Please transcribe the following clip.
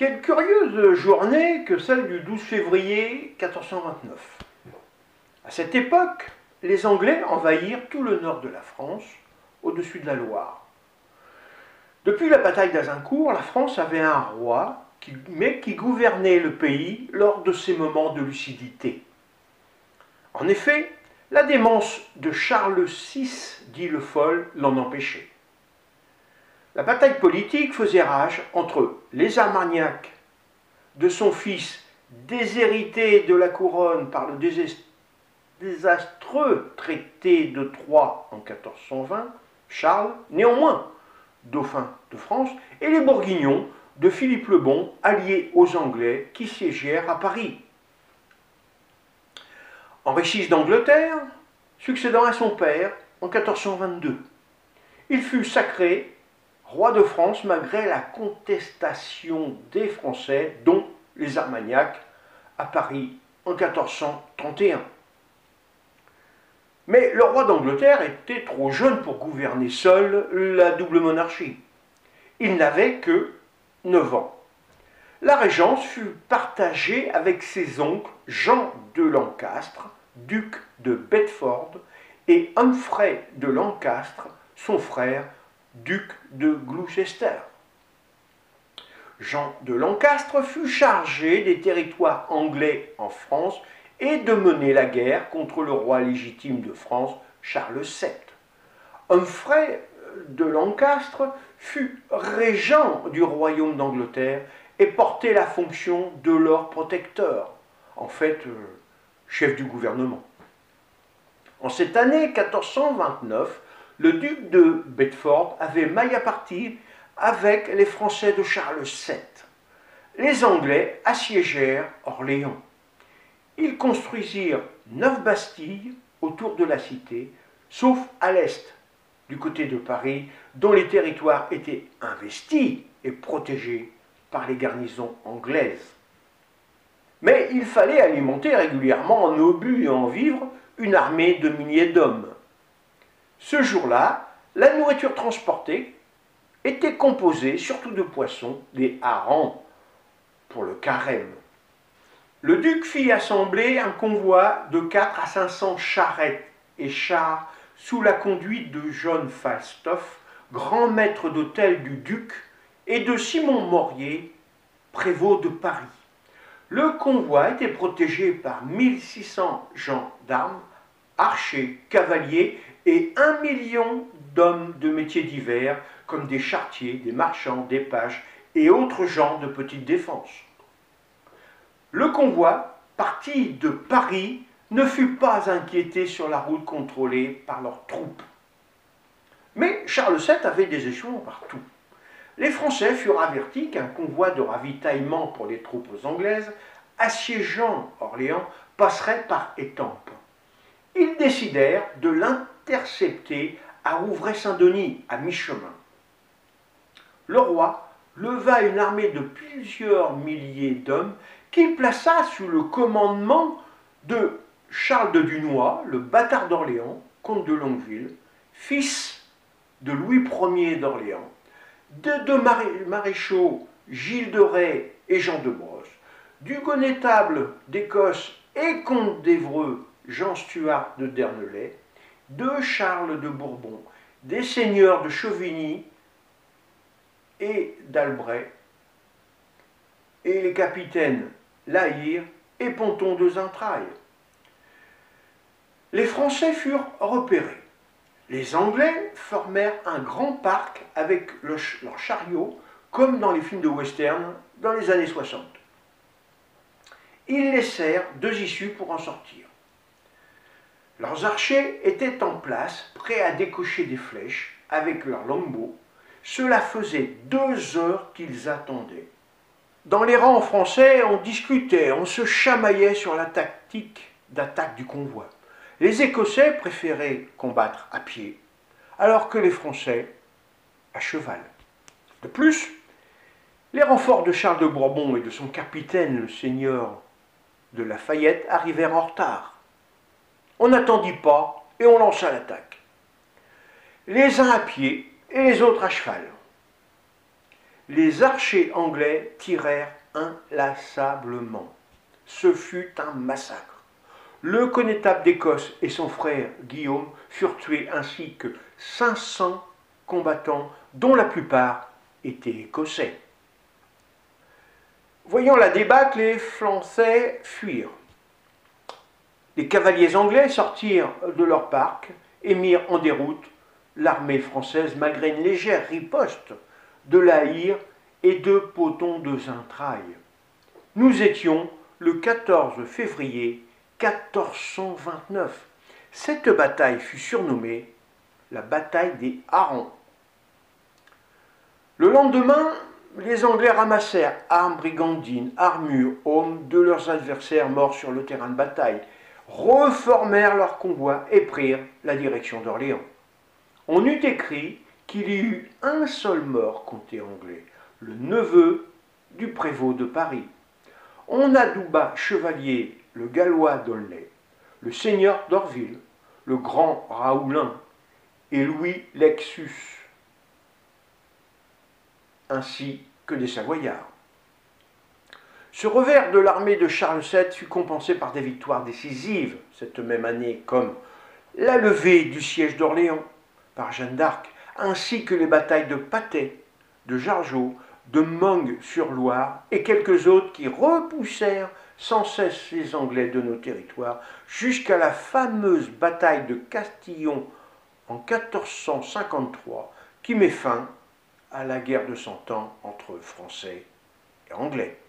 Quelle curieuse journée que celle du 12 février 1429. À cette époque, les Anglais envahirent tout le nord de la France, au-dessus de la Loire. Depuis la bataille d'Azincourt, la France avait un roi, qui gouvernait le pays lors de ses moments de lucidité. En effet, la démence de Charles VI, dit le Foll, l'en empêchait. La bataille politique faisait rage entre les Armagnacs, de son fils déshérité de la couronne par le désastreux traité de Troyes en 1420, Charles, néanmoins dauphin de France, et les Bourguignons de Philippe le Bon, alliés aux Anglais qui siégèrent à Paris. Henri VI d'Angleterre, succédant à son père en 1422. Il fut sacré roi de France malgré la contestation des Français, dont les Armagnacs, à Paris en 1431. Mais le roi d'Angleterre était trop jeune pour gouverner seul la double monarchie. Il n'avait que 9 ans. La régence fut partagée avec ses oncles Jean de Lancastre, duc de Bedford, et Humphrey de Lancastre, son frère, duc de Gloucester. Jean de Lancastre fut chargé des territoires anglais en France et de mener la guerre contre le roi légitime de France, Charles VII. Humphrey de Lancastre fut régent du royaume d'Angleterre et portait la fonction de Lord Protecteur, en fait chef du gouvernement. En cette année 1429, le duc de Bedford avait maille à partir avec les Français de Charles VII. Les Anglais assiégèrent Orléans. Ils construisirent 9 bastilles autour de la cité, sauf à l'est, du côté de Paris, dont les territoires étaient investis et protégés par les garnisons anglaises. Mais il fallait alimenter régulièrement en obus et en vivres une armée de milliers d'hommes. Ce jour-là, la nourriture transportée était composée surtout de poissons, des harengs, pour le carême. Le duc fit assembler un convoi de 4 à 500 charrettes et chars sous la conduite de John Falstaff, grand maître d'hôtel du duc, et de Simon Morier, prévôt de Paris. Le convoi était protégé par 1600 gendarmes, archers, cavaliers et 1 million d'hommes de métiers divers, comme des charretiers, des marchands, des pages et autres genres de petite défense. Le convoi, parti de Paris, ne fut pas inquiété sur la route contrôlée par leurs troupes. Mais Charles VII avait des échelons partout. Les Français furent avertis qu'un convoi de ravitaillement pour les troupes anglaises, assiégeant Orléans, passerait par Étampes. Ils décidèrent de l'intercepter à Rouvray-Saint-Denis, à mi-chemin. Le roi leva une armée de plusieurs milliers d'hommes qu'il plaça sous le commandement de Charles de Dunois, le bâtard d'Orléans, comte de Longueville, fils de Louis Ier d'Orléans, de deux maréchaux, Gilles de Rais et Jean de Brosse, du connétable d'Écosse et comte d'Évreux, Jean Stuart de Derneley, de Charles de Bourbon, des seigneurs de Chevigny et d'Albret, et les capitaines La Hire et Ponton de Zintrailles. Les Français furent repérés. Les Anglais formèrent un grand parc avec leurs chariots, comme dans les films de western dans les années 60. Ils laissèrent 2 issues pour en sortir. Leurs archers étaient en place, prêts à décocher des flèches avec leurs longbows. Cela faisait 2 heures qu'ils attendaient. Dans les rangs français, on discutait, on se chamaillait sur la tactique d'attaque du convoi. Les Écossais préféraient combattre à pied, alors que les Français à cheval. De plus, les renforts de Charles de Bourbon et de son capitaine, le seigneur de Lafayette, arrivèrent en retard. On n'attendit pas et on lança l'attaque. Les uns à pied et les autres à cheval. les archers anglais tirèrent inlassablement. Ce fut un massacre. Le connétable d'Écosse et son frère Guillaume furent tués ainsi que 500 combattants dont la plupart étaient écossais. Voyant la débâcle, les Français fuirent. Les cavaliers anglais sortirent de leur parc et mirent en déroute l'armée française malgré une légère riposte de La Hire et de Pothon de Zintrailles. Nous étions le 14 février 1429. Cette bataille fut surnommée la bataille des harengs. Le lendemain, les Anglais ramassèrent armes, brigandines, armures, hommes de leurs adversaires morts sur le terrain de bataille, reformèrent leur convoi et prirent la direction d'Orléans. On eût écrit qu'il y eut un seul mort compté anglais, le neveu du prévôt de Paris. On adouba chevalier le Gallois d'Aulnay, le seigneur d'Orville, le grand Raoulin et Louis Lexus, ainsi que des Savoyards. Ce revers de l'armée de Charles VII fut compensé par des victoires décisives cette même année, comme la levée du siège d'Orléans par Jeanne d'Arc, ainsi que les batailles de Patay, de Jargeau, de Meung-sur-Loire et quelques autres qui repoussèrent sans cesse les Anglais de nos territoires jusqu'à la fameuse bataille de Castillon en 1453 qui met fin à la guerre de 100 ans entre Français et Anglais.